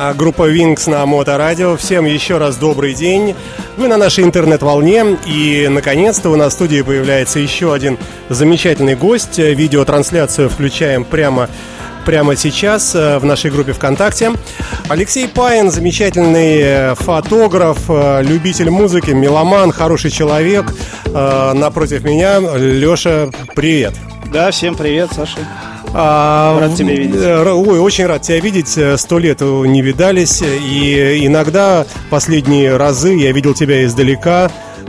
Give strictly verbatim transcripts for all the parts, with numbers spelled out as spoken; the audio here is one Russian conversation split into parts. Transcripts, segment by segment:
Группа Wings на Моторадио. Всем еще раз добрый день. Вы на нашей интернет-волне. И, наконец-то, у нас в студии появляется еще один замечательный гость. Видеотрансляцию включаем прямо, прямо сейчас в нашей группе ВКонтакте. Алексей Паин, замечательный фотограф, любитель музыки, меломан, хороший человек. Напротив меня Леша, привет. Да, всем привет, Саша. А, рад тебя видеть. Ой, очень рад тебя видеть. Сто лет не видались. И иногда последние разы я видел тебя издалека,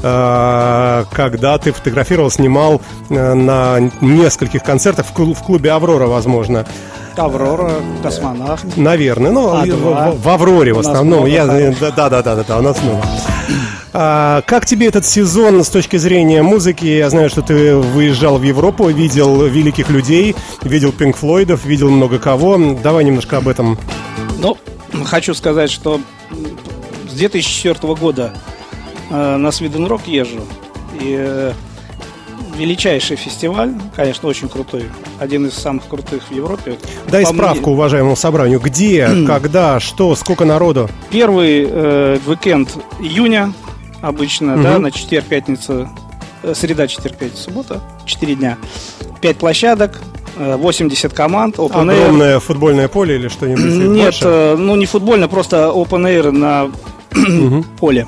когда ты фотографировал, снимал на нескольких концертах в клубе «Аврора», возможно. «Аврора», «Космонавт». Наверное, ну, в, в «Авроре» в основном. Я, да, да, да, да, да, у нас много. А, как тебе этот сезон с точки зрения музыки? Я знаю, что ты выезжал в Европу, видел великих людей, видел Пинк Флойдов, видел много кого. Давай немножко об этом. Ну, хочу сказать, что с две тысячи четвёртого года э, на Sweden Rock езжу. И э, величайший фестиваль, конечно, очень крутой. Один из самых крутых в Европе. Дай справку уважаемому собранию. Где, когда, что, сколько народу? Первый э, уикенд июня. Обычно, угу. да, на четверг, пятница, среда, четверг, пятница, суббота, четыре дня. Пять площадок, восемьдесят команд, open air. Огромное футбольное поле или что-нибудь? Нет, больше? Ну не футбольное, просто open air на угу. поле,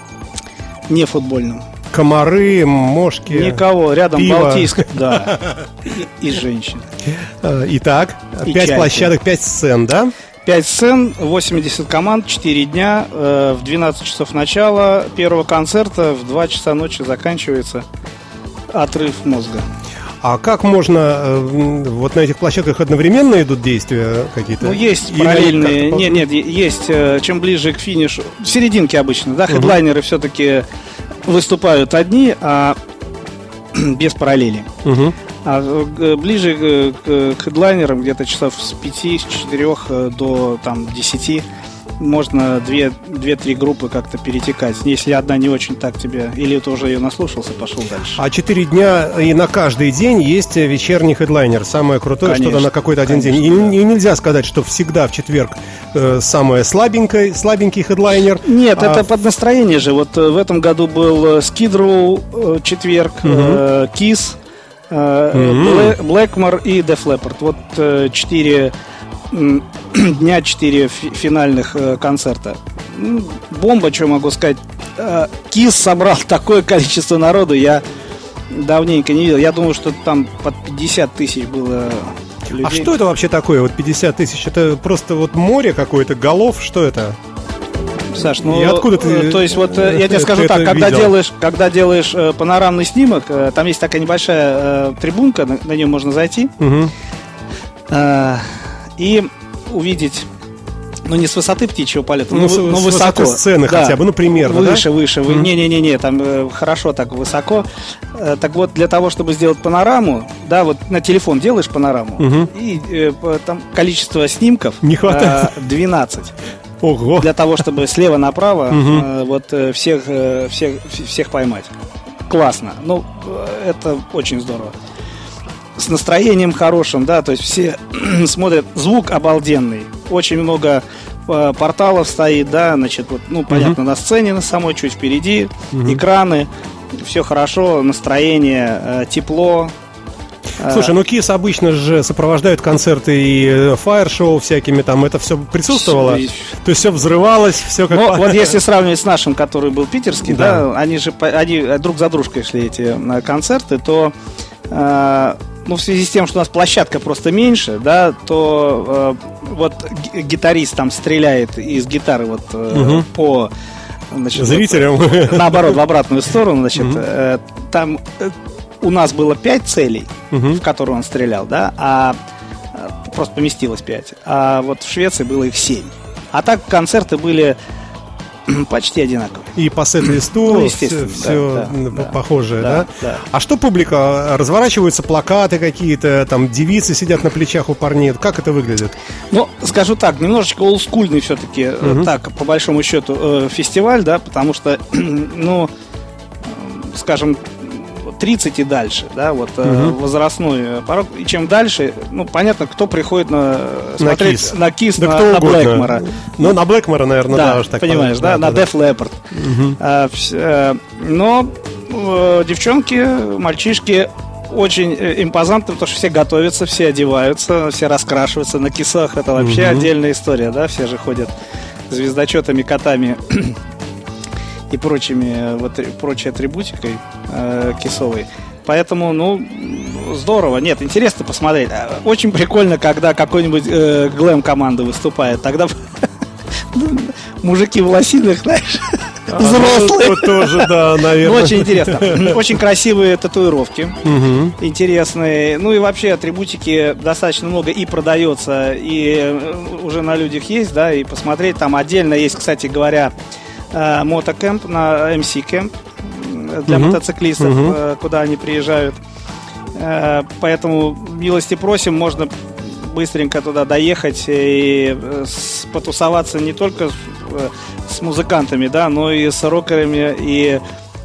не футбольном. Комары, мошки. Никого, рядом пиво. Балтийск, да, и, и женщин. Итак, и пять чайки. площадок, пять сцен, да? пять сцен, восемьдесят команд, четыре дня, э, в двенадцать часов начала первого концерта, в два часа ночи заканчивается отрыв мозга. А как можно, э, вот на этих площадках одновременно идут действия какие-то? Ну, есть или параллельные, нет, нет, есть, э, чем ближе к финишу, в серединке обычно, да, хедлайнеры uh-huh. все-таки выступают одни, а без параллели. Uh-huh. А ближе к хедлайнерам, где-то часов с пяти, с четырех до там, десяти, можно две-три группы как-то перетекать. Если одна не очень так тебе, или ты уже ее наслушался, пошел дальше. А четыре дня и на каждый день есть вечерний хедлайнер. Самое крутое, конечно, что-то на какой-то один конечно, день. И, да. и нельзя сказать, что всегда в четверг э, самое слабенькое, слабенький хедлайнер. Нет, а... это под в... настроение же. Вот в этом году был Skid Row четверг, угу. э, Kiss, Mm-hmm. Blackmore и Def Leppard. Вот э, четыре э, дня, четыре фи- финальных э, концерта. Ну, бомба, что могу сказать. Э, Kiss собрал такое количество народу, я давненько не видел. Я думаю, что там под пятьдесят тысяч было людей. А что это вообще такое? Вот пятьдесят тысяч? Это просто вот море какое-то, голов? Что это? Саш, ну, и откуда ты, то есть вот я тебе скажу так, когда видел? делаешь, когда делаешь э, панорамный снимок, э, там есть такая небольшая э, трибунка, на, на нее можно зайти угу. э, и увидеть, ну не с высоты птичьего полета, ну, но, с, но с высоко, сцены да, хотя бы, ну примерно, выше, да? выше, вы, mm-hmm. не, не, не, не, там э, хорошо так высоко. Э, так вот для того, чтобы сделать панораму, да, вот на телефон делаешь панораму mm-hmm. и э, там количество снимков не хватает. Э, двенадцать. Ого. Для того, чтобы слева направо угу. э, вот э, всех, э, всех, всех поймать. Классно. Ну, э, это очень здорово. С настроением хорошим, да, то есть все смотрят, звук обалденный. Очень много э, порталов стоит, да, значит, вот, ну, понятно, угу. на сцене на самой, чуть впереди, угу. экраны, все хорошо, настроение, э, тепло. Слушай, ну Kiss обычно же сопровождают концерты и фаер-шоу всякими, там это все присутствовало? То есть все взрывалось, все как... Ну, вот если сравнивать с нашим, который был питерский, да, да они же они друг за дружкой шли эти концерты, то э, ну, в связи с тем, что у нас площадка просто меньше, да, то э, вот гитарист там стреляет из гитары вот э, угу. по... Значит, зрителям. Вот, наоборот, в обратную сторону, значит, угу. э, там... У нас было пять целей, uh-huh. в которые он стрелял, да, а просто поместилось пять. А вот в Швеции было их семь. А так концерты были почти одинаковые. И по сет-листу ну, естественно, все да, да, похожее, да, да? Да. А что публика? Разворачиваются плакаты какие-то, там девицы сидят на плечах у парней. Как это выглядит? Ну, скажу так, немножечко олдскульный все-таки, uh-huh. так, по большому счету, фестиваль, да, потому что, ну, скажем, тридцать и дальше, да, вот угу. возрастной порог. И чем дальше, ну, понятно, кто приходит на смотреть на Kiss, на, да на, на Блэкмора. Ну, на Блэкмора, наверное, да, да, уж так понимаешь, да, да, на Def Leppard. Угу. А, э, но э, девчонки, мальчишки очень импозантны, потому что все готовятся, все одеваются, все раскрашиваются на кисах. Это вообще угу. отдельная история, да, все же ходят звездочетами, котами и прочими, вот, прочей атрибутикой э, кисовой. Поэтому, ну, здорово. Нет, интересно посмотреть. Очень прикольно, когда какой-нибудь э, глэм-команда выступает. Тогда мужики в лосинах, знаешь, взрослые. Тоже, да, наверное. Очень интересно. Очень красивые татуировки. Интересные. Ну и вообще атрибутики достаточно много и продается, и уже на людях есть, да, и посмотреть. Там отдельно есть, кстати говоря, мотокэмп на эм си Camp для uh-huh. мотоциклистов, uh-huh. куда они приезжают. Поэтому милости просим, можно быстренько туда доехать и потусоваться не только с музыкантами, да, но и с рокерами, и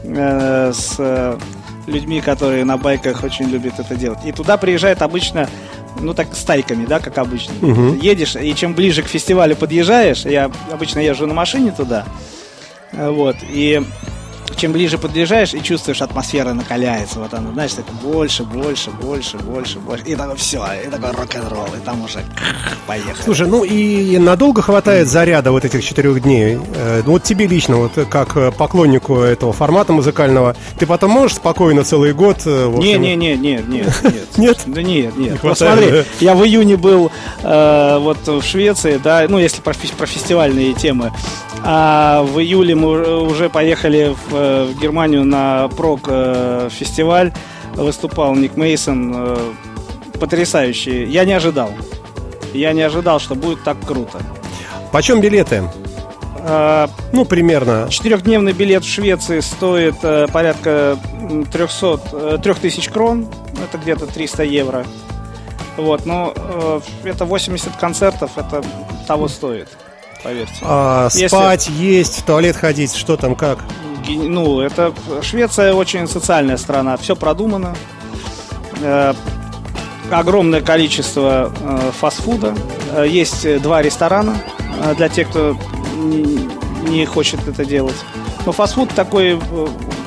с людьми, которые на байках очень любят это делать. И туда приезжают обычно, ну так, стайками, да, как обычно. Uh-huh. Едешь, и чем ближе к фестивалю подъезжаешь, я обычно езжу на машине туда, вот, и чем ближе подъезжаешь и чувствуешь, атмосфера накаляется, вот она, знаешь, так больше, больше, больше, больше, больше, и такое все, и такой рок-н-ролл, и там уже поехали. Слушай, ну и надолго хватает заряда вот этих четырех дней? Ну вот тебе лично, вот как поклоннику этого формата музыкального, ты потом можешь спокойно целый год? Не-не-не, нет, нет, нет. Нет? Да нет, нет. Посмотри, я в июне был вот в Швеции, да, ну если про фестивальные темы, а в июле мы уже поехали в в Германию на прок-фестиваль. Выступал Ник Мейсон. Потрясающий. Я не ожидал. Я не ожидал, что будет так круто. Почем билеты? А, ну, примерно. Четырехдневный билет в Швеции стоит а, порядка триста, три тысячи крон. Это где-то триста евро. Вот, но а, это восемьдесят концертов. Это того стоит, поверьте. А, спать, Если... есть, в туалет ходить, что там, как? Ну, это Швеция очень социальная страна, все продумано. Э, огромное количество э, фастфуда. Э, есть два ресторана э, для тех, кто не, не хочет это делать. Но фастфуд такой э,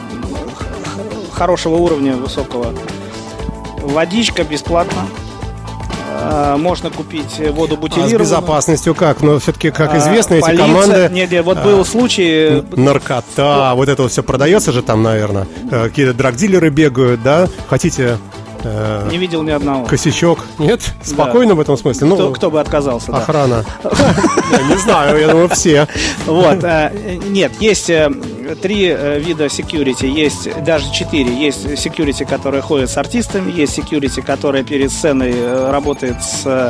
хорошего уровня, высокого. Водичка бесплатно. Можно купить воду бутилированную. А с безопасностью как? Но все-таки, как известно, эти Полиция, команды... Нет, нет, вот был случай... Наркота, вот это вот все продается же там, наверное. Какие-то драгдилеры бегают, да? Хотите... Э, не видел ни одного. Косячок? Нет? Спокойно да. В этом смысле? Кто, ну, кто бы отказался? Охрана. Не знаю, я думаю, все. Вот. Нет, есть три вида security, есть даже четыре. Есть security, которые ходят с артистами, есть security, которые перед сценой работает с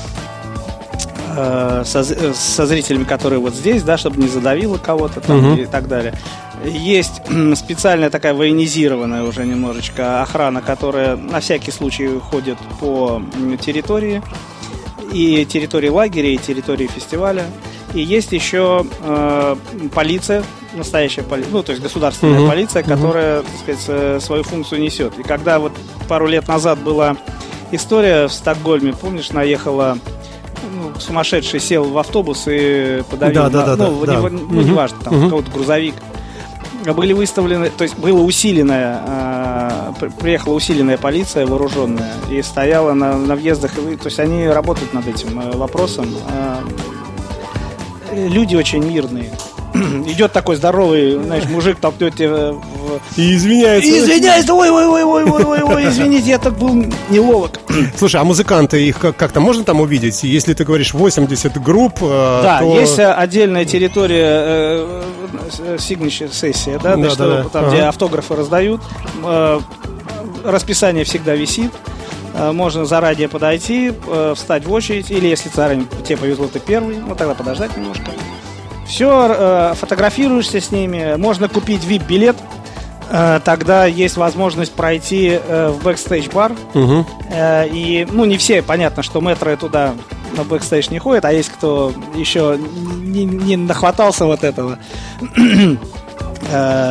Со, со зрителями, которые вот здесь, да, чтобы не задавило кого-то там uh-huh. и так далее. Есть специальная такая военизированная уже немножечко охрана, которая на всякий случай ходит по территории, и территории лагеря, и территории фестиваля. И есть еще э, полиция, настоящая полиция, ну, то есть государственная uh-huh. полиция, которая, так сказать, свою функцию несет. И когда вот пару лет назад была история в Стокгольме, помнишь, наехала Ну, сумасшедший сел в автобус и подавил, да, да, на, да, ну, да, не, да. ну, угу. неважно, там угу. какой-то грузовик. Были выставлены, то есть была усиленная, э, приехала усиленная полиция вооруженная и стояла на, на въездах, то есть они работают над этим э, вопросом. Э, люди очень мирные. Идет такой здоровый, знаешь, мужик толкнет тебя в... И извиняется. И извиняется, ой, ой, ой, ой, ой, ой, ой, извините, я так был неловок. Слушай, а музыканты, их как-то можно там увидеть? Если ты говоришь восемьдесят групп, да, то... есть отдельная территория signature сессия, да, да, что, да, там, ага. где автографы раздают. Расписание всегда висит. Можно заранее подойти, встать в очередь, или если заранее тебе повезло, ты первый, ну тогда подождать немножко. Все, фотографируешься с ними, можно купить ви ай пи-билет, тогда есть возможность пройти в бэкстейдж-бар. Угу. И, ну, не все, понятно, что мэтры туда на бэкстейдж не ходят, а есть кто еще не, не нахватался вот этого.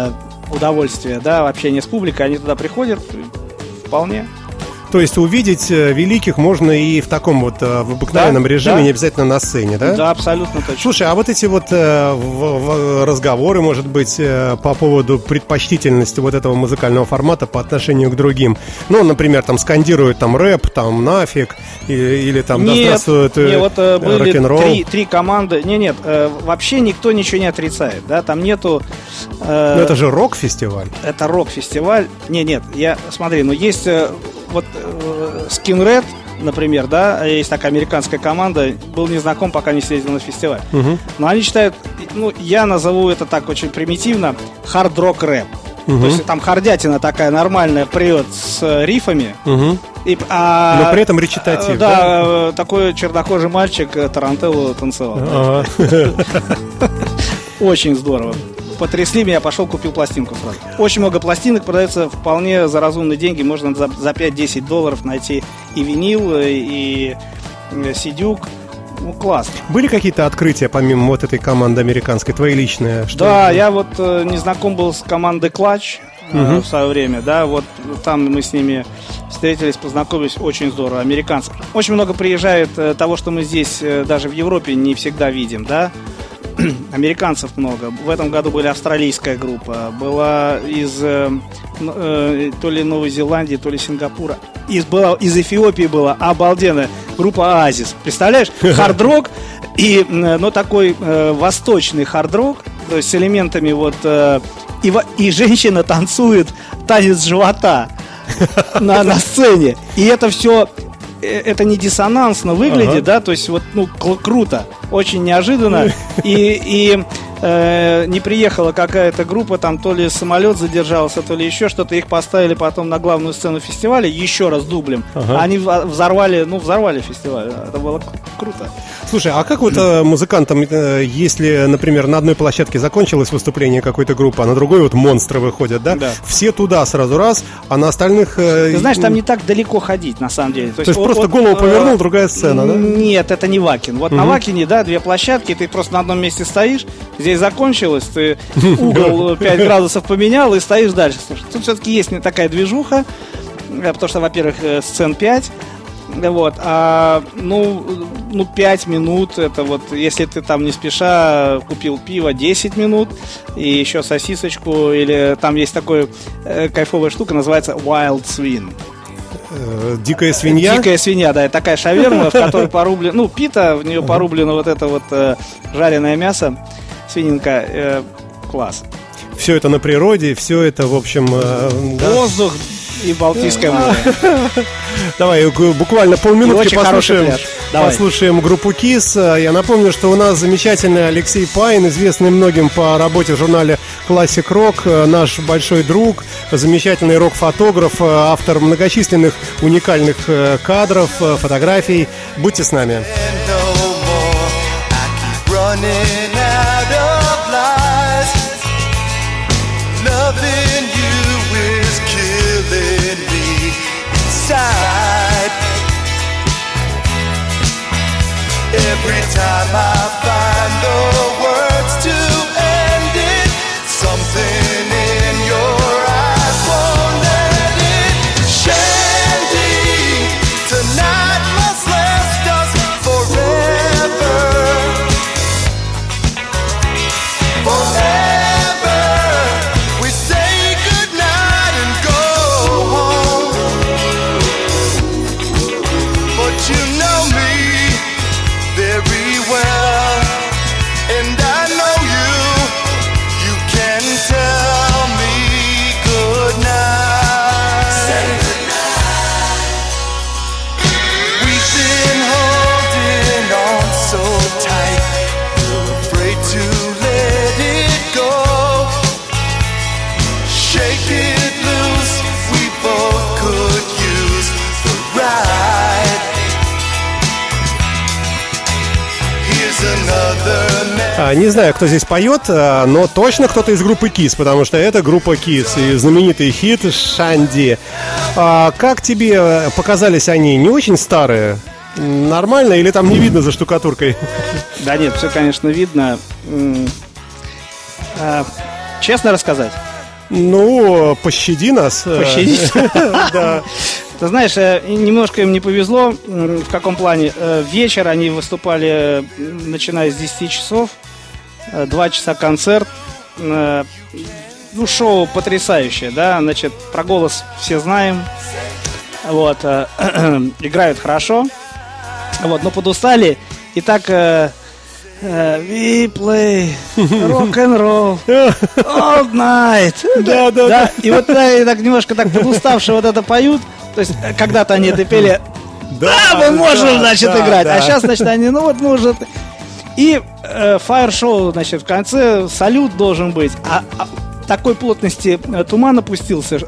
удовольствие, да, общение с публикой, они туда приходят, вполне. То есть увидеть великих можно и в таком вот в обыкновенном да, режиме, да. не обязательно на сцене, да? Да, абсолютно точно. Слушай, а вот эти вот э, в, в разговоры, может быть, э, по поводу предпочтительности вот этого музыкального формата по отношению к другим, ну, например, там скандируют там рэп, там нафиг, или, или там нет, да здравствует э, нет, вот, э, были рок-н-ролл. Три, три команды, нет, нет, э, вообще никто ничего не отрицает, да, там нету... Э, ну, это же рок-фестиваль. Это рок-фестиваль. Нет, нет, я, смотри, ну, есть... Э, вот Skinhead, например, да, есть такая американская команда, был не знаком, пока не съездил на фестиваль. Uh-huh. Но они считают, ну, я назову это так очень примитивно, хард-рок рэп. Uh-huh. То есть там хардятина такая нормальная прет с рифами. Uh-huh. И, а, но при этом речитатив. Да, да, такой чернокожий мальчик тарантеллу танцевал. Uh-huh. Очень здорово. Потрясли меня, пошел, купил пластинку сразу. Очень много пластинок продается вполне за разумные деньги. Можно за, за пять-десять долларов найти и винил, и, и сидюк. Ну, классно. Были какие-то открытия, помимо вот этой команды американской, твои личные? Что да, я вот э, не знаком был с командой Clutch э, uh-huh. в свое время. Да, вот там мы с ними встретились, познакомились. Очень здорово. Американцы. Очень много приезжает э, того, что мы здесь э, даже в Европе не всегда видим, да. Американцев много. В этом году была австралийская группа, была из э, э, то ли Новой Зеландии, то ли Сингапура. Из, была, из Эфиопии была обалденная группа Оазис. Представляешь? Хард-рок, и, ну, такой э, восточный хард-рок, то есть с элементами вот... Э, и, и женщина танцует танец живота на, на сцене. И это все... Это не диссонансно выглядит, ага. да, то есть вот, ну, круто, очень неожиданно, и, и э, не приехала какая-то группа, там то ли самолет задержался, то ли еще что-то, их поставили потом на главную сцену фестиваля, еще раз дублем, ага. они взорвали, ну, взорвали фестиваль, это было круто. Слушай, а как вот э, музыкантам, э, если, например, на одной площадке закончилось выступление какой-то группы, а на другой вот монстры выходят, да? Да. Все туда сразу раз, а на остальных... Э, Ты знаешь, там не так далеко ходить, на самом деле. То, То есть, есть просто вот, голову повернул, э, другая сцена, да? Нет, это не Вакин. Вот угу. на Вакине, да, две площадки, ты просто на одном месте стоишь, здесь закончилось, ты угол пять градусов поменял и стоишь дальше. Слушай, тут все-таки есть не такая движуха, потому что, во-первых, сцен пять. Вот, а, ну, ну, пять минут, это вот, если ты там не спеша купил пиво, десять минут, и еще сосисочку, или там есть такая э, кайфовая штука, называется Wild Swing. Э, дикая свинья? Дикая свинья, да, это такая шаверма, в которой порублено, ну, пита, в нее порублено вот это вот э, жареное мясо, свининка, э, класс. Все это на природе, все это, в общем... Э, да. Воздух и Балтийское море. Давай буквально полминутки послушаем, послушаем группу KISS. Я напомню, что у нас замечательный Алексей Паин, известный многим по работе в журнале Classic Rock, наш большой друг, замечательный рок-фотограф, автор многочисленных уникальных кадров, фотографий. Будьте с нами. Every time I find the words to end it, something in your eyes won't let it. Shandy, tonight must last us forever. Forever, we say goodnight and go home. But you know me very well, and I know you, you can tell me good night. Say good night. We've been holding on so tight, we're afraid to let it go. Shake it loose, we both could use the ride. Не знаю, кто здесь поет, но точно кто-то из группы KISS, потому что это группа KISS и знаменитый хит «Shandy». А как тебе показались они? Не очень старые? Нормально или там не видно за штукатуркой? Да нет, все, конечно, видно. Честно рассказать? Ну, пощади нас. Пощади. Да. Ты знаешь, э, немножко им не повезло. М, В каком плане? Э, Вечер они выступали, э, начиная с десяти часов. Э, Два часа концерт. Э, Ну, шоу потрясающее, да. Значит, про голос все знаем. Вот. э, Играют хорошо. Вот, но подустали. И так... э, э, We play rock and roll all night. Да, да, да. И вот да, и так немножко так подуставшие вот это поют. То есть э, когда-то они это пели, да, мы можем, да, значит, да, играть. да. А сейчас, значит, они, ну вот может. И э, фаер-шоу, значит, в конце салют должен быть. А, а такой плотности э, туман опустился,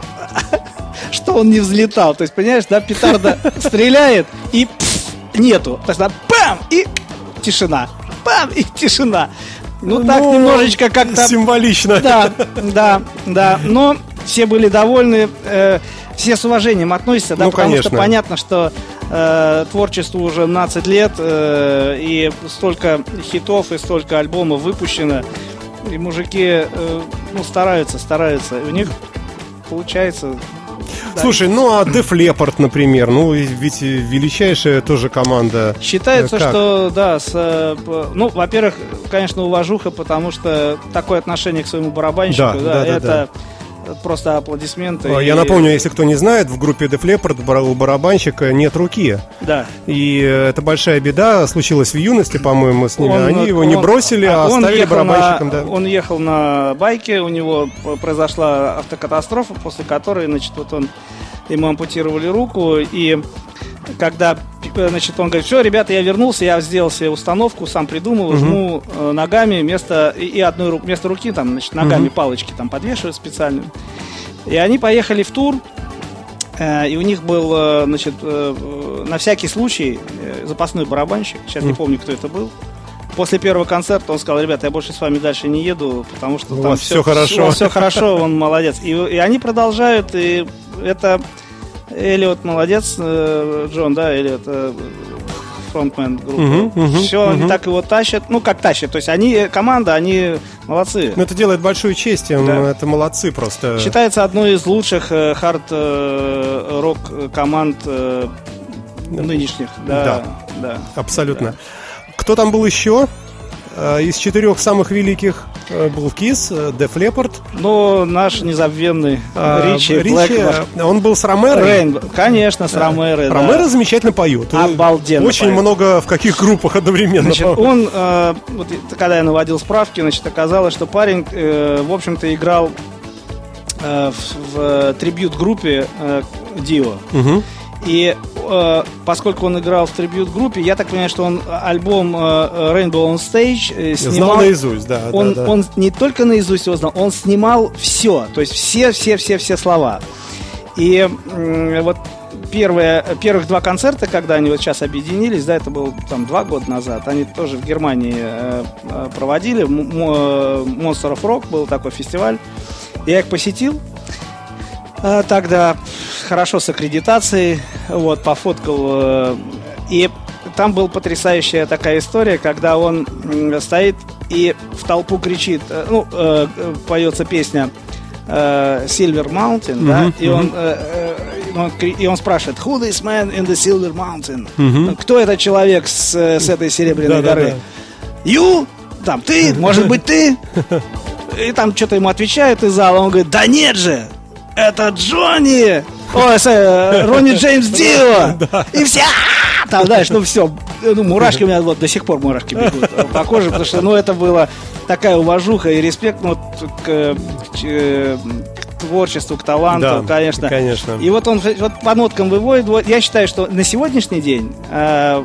что он не взлетал. То есть, понимаешь, да, петарда стреляет и пф, нету. То есть, да, бам, и тишина. Бам, и тишина. Ну, так Ну, немножечко как-то... Символично. Да, да, да. Но все были довольны, э, все с уважением относятся, да, Ну, потому конечно. что понятно, что э, творчеству уже двенадцать лет, э, и столько хитов, и столько альбомов выпущено. И мужики, э, ну, стараются, стараются. И у них получается... да. Слушай, ну а Def Leppard, например, ну ведь величайшая тоже команда. Считается, Как? что, да, с, э, п- ну, во-первых, конечно, уважуха, потому что такое отношение к своему барабанщику, Да, да, да, да, это просто аплодисменты. Я и- напомню, если кто не знает, в группе Def Leppard бар- у барабанщика нет руки. Да. И э, это большая беда, случилась в юности, по-моему, с ними. Он- Они его не он- бросили, а он оставили ехал барабанщиком. на- Да. Он ехал на байке, у него произошла автокатастрофа, после которой, значит, вот он, ему ампутировали руку, и когда, значит, он говорит, все, ребята, я вернулся, я сделал себе установку, сам придумал, жму э, ногами вместо, и, и одной ру- вместо руки, там, значит, ногами палочки там подвешивают специально. И они поехали в тур, э, и у них был, э, значит, э, э, на всякий случай э, запасной барабанщик, сейчас не помню, кто это был. После первого концерта он сказал, ребята, я больше с вами дальше не еду, потому что У там вас всё хорошо. У вас все хорошо, он молодец. И, и они продолжают, и это Эллиот молодец, э, Джон, да, Эллиот, э, фронтмен группы. Мгм, мгм, Все, они мгм. так его тащат, ну как тащат, то есть они, э, команда, они молодцы. Но это делает большую честь, им, Да. это молодцы просто. Считается одной из лучших э, хард-рок команд э, нынешних. Да, Да. да. Абсолютно. Кто там был еще? Э, Из четырех самых великих э, был Kiss, э, Def Leppard. Но наш незабвенный А, Ричи, Блэкмор. э, он был с Ромеро. Рейн, конечно, с Ромеро. Ромеро да. замечательно поет. Обалденно Очень поет. много в каких группах одновременно. Значит, он, э, вот, когда я наводил справки, значит, оказалось, что парень, э, в общем-то, играл э, в, в трибьют-группе э, Дио. Мгм. И э, поскольку он играл в трибьют-группе, я так понимаю, что он альбом э, Rainbow on Stage э, Я снимал... знал наизусть, да. Он, да, да. он не только наизусть его знал, он снимал все, то есть все-все-все-все слова. И м, вот первые, первых два концерта, когда они вот сейчас объединились, да, это было там два года назад, они тоже в Германии э, э, проводили, М- М- Monster of Rock был такой фестиваль. Я их посетил э, тогда, хорошо с аккредитацией, вот, пофоткал, э, и там была потрясающая такая история, когда он м, стоит и в толпу кричит, э, ну, э, э, поется песня э, Silver Mountain, да, и он, э, э, он кри- и он спрашивает, who this man in the Silver Mountain? Кто этот человек с, э, с этой серебряной Да-да-да. горы? You? Там, ты? Может быть, ты? И там что-то ему отвечают из зала, он говорит, да нет же, это Джонни! Ой, с- э, Ронни Джеймс Дио! И все, «А-а-а!» там, знаешь, ну все, ну, мурашки у меня вот до сих пор мурашки бегут по коже, потому что, ну, это было такая уважуха и респект, ну, вот, к, к, э, к творчеству, к таланту, Да, конечно. конечно. И вот он вот по ноткам выводит, вот, я считаю, что на сегодняшний день э,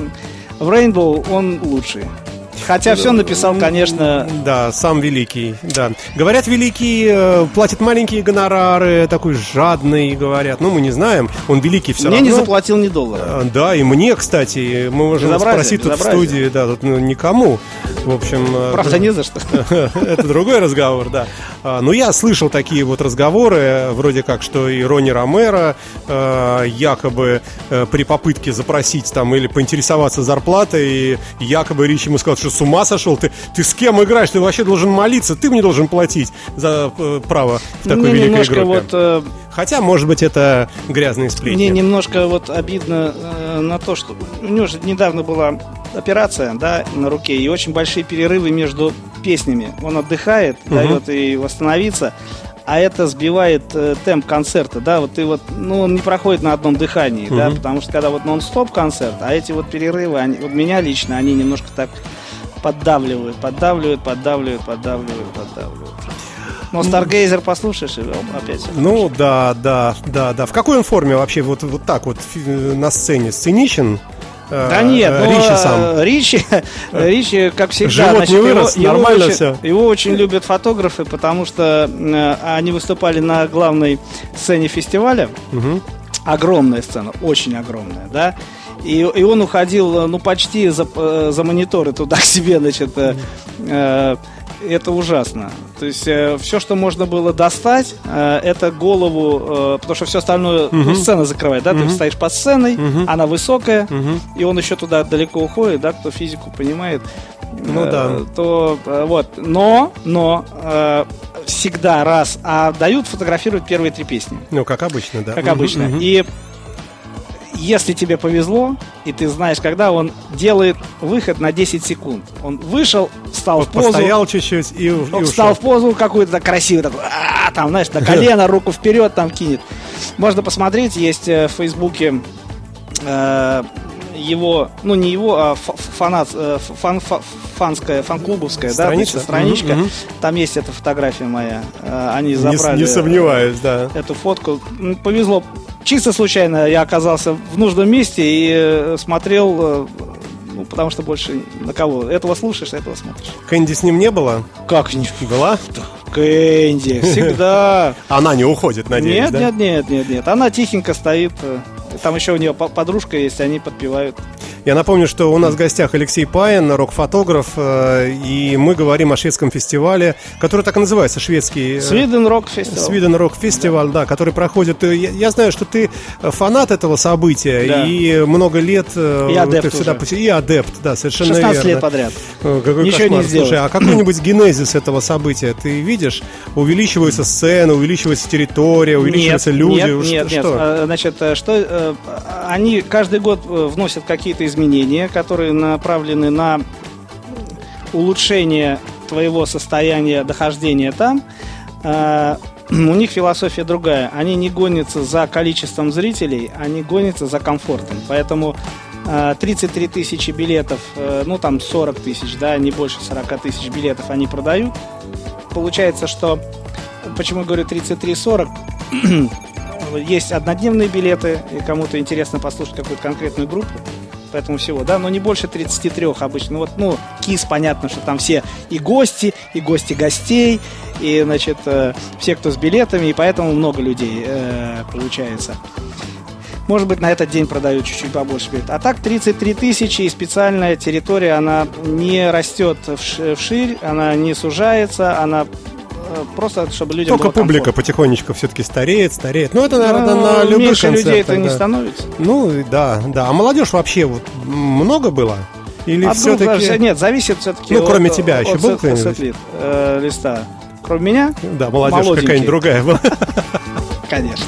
в Rainbow он лучший. Хотя все написал, конечно... Да, сам великий, да. Говорят, великий э, платит маленькие гонорары, такой жадный, говорят. Ну, мы не знаем, он великий все Мне равно. не заплатил ни доллара. А, Да, и мне, кстати, мы можем Безобразие, спросить тут в безобразие. студии, да, тут ну, никому. В общем, э, Правда, не за что. это другой разговор, да. Но я слышал такие вот разговоры, вроде как, что и Ронни Ромеро якобы при попытке запросить там или поинтересоваться зарплатой, якобы Ричи ему сказал, что с ума сошел, ты, ты с кем играешь, ты вообще должен молиться, ты мне должен платить за право в такой мне великой группе. Вот, э... Хотя, может быть, это грязные сплетни. Мне немножко вот обидно э, на то, что у него же недавно была операция, да, на руке, и очень большие перерывы между песнями. Он отдыхает, угу. дает ей восстановиться, а это сбивает э, темп концерта, да, вот ты вот, ну, он не проходит на одном дыхании, угу. да, потому что когда вот нон-стоп концерт, а эти вот перерывы, они, вот меня лично, они немножко так поддавливают, поддавливают, поддавливают, поддавливают, поддавливают. Но Stargazer послушаешь, и опять. Ну да, да, да, да. В какой он форме вообще вот, вот так вот на сцене? Сценичен? Да э, нет, Ричи ну, сам. Ричи, Ричи, как всегда, живот значит, не вырос, его, нормально его очень, все. Его очень любят фотографы, потому что э, они выступали на главной сцене фестиваля. Угу. Огромная сцена, очень огромная, да. И, и он уходил, ну, почти за, за мониторы туда к себе, значит. Э, э, это ужасно. То есть э, все, что можно было достать, э, это голову, э, потому что все остальное uh-huh. ну, сцена закрывает, да, uh-huh. ты стоишь под сценой, uh-huh. она высокая, uh-huh. и он еще туда далеко уходит, да, кто физику понимает, ну, э, да. то э, вот. Но, но э, всегда раз, а дают фотографировать первые три песни. Ну, как обычно, да. Как uh-huh. обычно. Uh-huh. И если тебе повезло, и ты знаешь, когда он делает выход на десять секунд. Он вышел, встал в позу. Постоял чуть-чуть и, и ушел. Встал в позу какую-то так красивую, так, а, там, знаешь, на колено, руку вперед там кинет. Можно посмотреть, есть в Фейсбуке э, его, ну не его, а фанат, фан, фан, фанская, фан-клубовская, страница? Да, страничка. Mm-hmm. Там есть эта фотография моя. Они забрали. Не, не сомневаюсь, да. Эту фотку. Повезло. Чисто случайно я оказался в нужном месте и смотрел, ну, потому что больше на кого. Этого слушаешь, этого смотришь. Кэнди с ним не было? Как не была? Кэнди, всегда. Она не уходит, надеюсь, нет, да? Нет, нет, нет, нет. Она тихенько стоит. Там еще у нее подружка есть, они подпевают. Я напомню, что у нас в гостях Алексей Паин, рок-фотограф, и мы говорим о шведском фестивале, который так и называется, шведский... Sweden Rock Festival. Sweden Rock Festival, да, да, который проходит... Я, я знаю, что ты фанат этого события, да. И много лет... И адепт ты всегда уже. И адепт, да, совершенно шестнадцать верно. лет подряд. Какой Ничего кошмар. не сделал. Слушай, а какой-нибудь генезис этого события ты видишь? Увеличивается сцена, увеличивается территория, увеличиваются нет, люди? Нет, нет, что? нет. Что? Значит, что... Они каждый год вносят какие-то изменения, которые направлены на улучшение твоего состояния дохождения там. У них философия другая. Они не гонятся за количеством зрителей, они гонятся за комфортом. Поэтому тридцать три тысячи билетов, ну там сорок тысяч, да, не больше сорок тысяч билетов они продают. Получается, что... Почему я говорю тридцать три сорок? Есть однодневные билеты, и кому-то интересно послушать какую-то конкретную группу, поэтому всего, да, но не больше тридцати трёх обычно. Вот, ну, Кис, понятно, что там все и гости, и гости гостей, и, значит, э, все, кто с билетами, и поэтому много людей э, получается. Может быть, на этот день продают чуть-чуть побольше билетов. А так тридцать три тысячи, и специальная территория, она не растет вширь, она не сужается, она... Просто, чтобы людям Только было публика комфортно. Потихонечку все-таки стареет, стареет. Ну, это, наверное, Но на любых меньше концертах. людей это да. не становится. Ну, да, да. А молодежь вообще вот много было? Или а все-таки... Друг, нет, зависит все-таки Ну, от, кроме тебя от, еще от был сет, кто-нибудь? сет-лист, э, листа. Кроме меня? Да, молодежь какая-нибудь другая была. Конечно.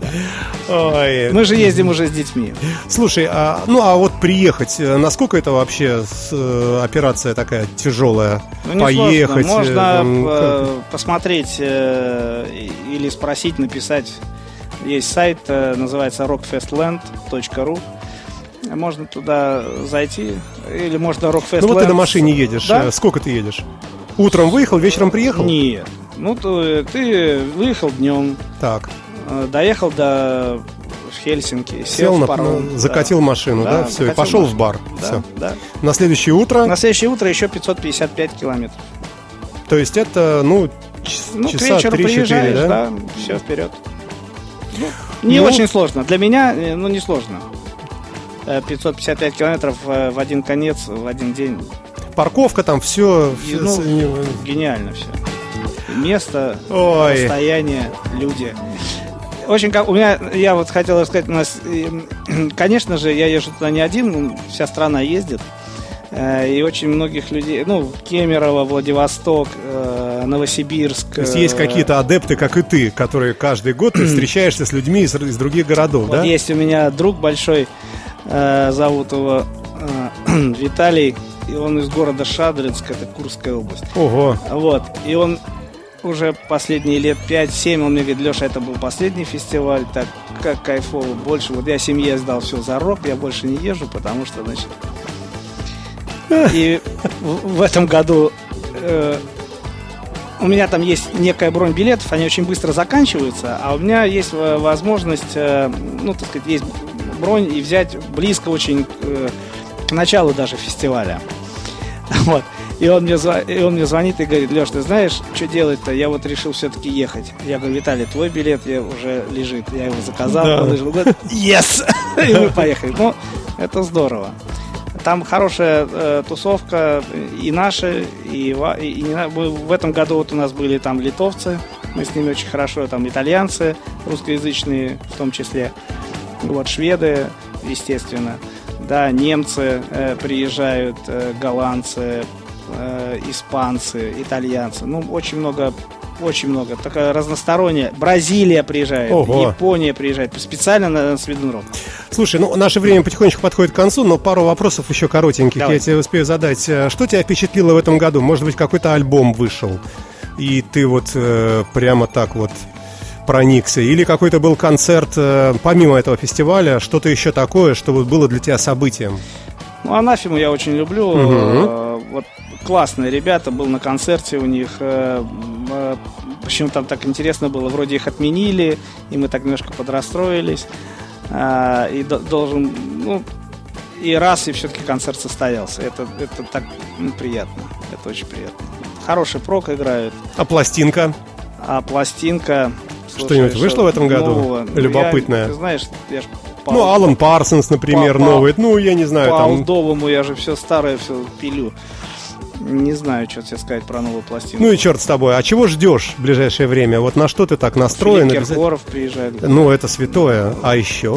Ой. Мы же ездим уже с детьми. Слушай, а, ну а вот приехать, насколько это вообще с, э, операция такая тяжелая? Ну, не Поехать? сложно. Можно э, э, посмотреть э, или спросить, написать. Есть сайт, э, называется rockfestland точка ру. Можно туда зайти. Или можно rockfestland. Ну вот ты на машине едешь. Да? Сколько ты едешь? Утром выехал, вечером приехал? Нет. Ну, ты, ты выехал днем. Так. Доехал до Хельсинки, сел, Сел в на, паром, закатил да. машину, да, да все, и пошел машину. В бар. Да, все. Да. На следующее утро. На следующее утро еще пятьсот пятьдесят пять километров. То есть это, ну, ну часа три-четыре, да? да? Все, вперед. Ну, не ну, очень сложно. Для меня, ну, не сложно. пятьсот пятьдесят пять километров в один конец, в один день. Парковка там, все. И, ну, гениально все. Место, Ой. расстояние, люди. Очень, как у меня, я вот хотел рассказать, у нас, конечно же, я езжу туда не один, вся страна ездит. И очень многих людей, ну, Кемерово, Владивосток, Новосибирск. То есть есть какие-то адепты, как и ты, которые каждый год ты встречаешься с людьми из, из других городов, вот да? Есть у меня друг большой, зовут его Виталий, и он из города Шадринск, это Курская область. Ого. Вот, и он уже последние лет пять-семь, он мне говорит: Леша, это был последний фестиваль, так как кайфово, больше, вот я семье сдал все за рок, я больше не езжу, потому что, значит... И в, в этом году э, у меня там есть некая бронь билетов, они очень быстро заканчиваются, а у меня есть возможность, э, ну, так сказать, есть бронь и взять близко очень э, к началу даже фестиваля. Вот. И он, мне, и он мне звонит и говорит: Леш, ты знаешь, что делать-то? Я вот решил все-таки ехать. Я говорю: Виталий, твой билет я уже лежит. Я его заказал, да. Он говорит: yes! И мы поехали. Ну, это здорово. Там хорошая э, тусовка, и наши, и, и, и не, мы, в этом году вот у нас были там литовцы, мы с ними очень хорошо, там итальянцы, русскоязычные в том числе, вот шведы, естественно, да, немцы э, приезжают, э, голландцы, э, испанцы, итальянцы, ну, очень много, очень много, такая разносторонняя. Бразилия приезжает, Ого. Япония приезжает, специально на Sweden Rock. Слушай, ну наше время потихонечку подходит к концу, но пару вопросов еще коротеньких Давай. я тебе успею задать. Что тебя впечатлило в этом году? Может быть, какой-то альбом вышел, и ты вот э, прямо так вот проникся? Или какой-то был концерт, э, помимо этого фестиваля, что-то еще такое, что вот было для тебя событием? Ну, Анафему я очень люблю. Угу. Э, вот классные ребята, был на концерте у них. Э, э, почему там так интересно было? Вроде их отменили, и мы так немножко подрастроились. Э, и до, должен, ну, и раз, и все-таки концерт состоялся. Это, это так ну, приятно. Это очень приятно. Хороший прок играют. А пластинка? А пластинка... Что-нибудь слушай, вышло в этом году? нового? Любопытное. Я, ты знаешь, я ж по, Ну, Алан Парсонс, например, по, по, новый. Ну, я не знаю, по там... олдовому я же все старое, все пилю. Не знаю, что тебе сказать про новую пластинку. Ну и черт с тобой. А чего ждешь в ближайшее время? Вот на что ты так настроен? Филипп Киркоров приезжает. Ну, это святое. А еще?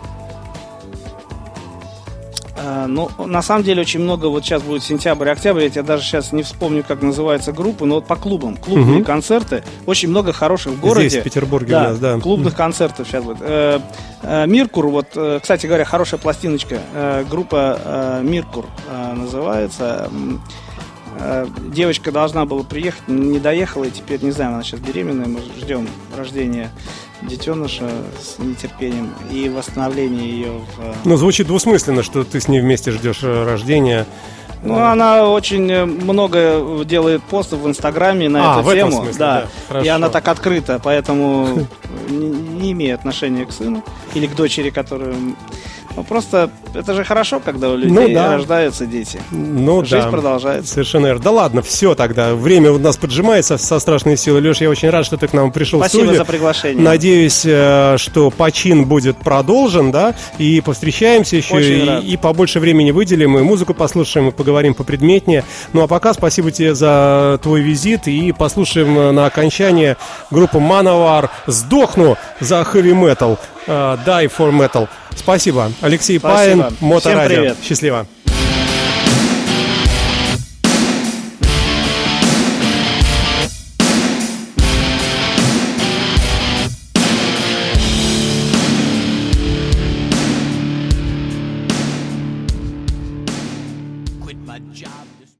А, ну, на самом деле, очень много, вот сейчас будет сентябрь-октябрь, я тебе даже сейчас не вспомню, как называется группа, но вот по клубам, клубные Угу. концерты, очень много хороших в городе. Здесь, в Петербурге да, у нас, да. клубных концертов сейчас будет. Э, э, Миркур, вот, э, кстати говоря, хорошая пластиночка, э, группа э, Миркур э, называется. Э, девочка должна была приехать, не доехала, и теперь, не знаю, она сейчас беременная, мы ждем рождения детеныша с нетерпением и восстановления ее в... Ну, звучит двусмысленно, что ты с ней вместе ждешь э, рождения. Ну, она очень много делает постов в Инстаграме на А, эту в этом тему. смысле, да. да, хорошо. И она так открыта, поэтому не, не имеет отношения к сыну или к дочери, которую... Ну, просто это же хорошо, когда у людей Ну, да. рождаются дети. Ну, Жизнь да. продолжается. Совершенно верно. Да ладно, все тогда. Время у нас поджимается со страшной силой. Леш, я очень рад, что ты к нам пришел Спасибо в студию. за приглашение. Надеюсь, э, что почин будет продолжен, да, и повстречаемся еще, Очень рад. и, и побольше времени выделим, и музыку послушаем, и поговорим попредметнее. Ну, а пока спасибо тебе за твой визит, и послушаем на окончание группу Manowar «Сдохну за heavy metal», uh, «Die for metal». Спасибо. Алексей Спасибо. Паин, Всем Моторадио. привет. Счастливо.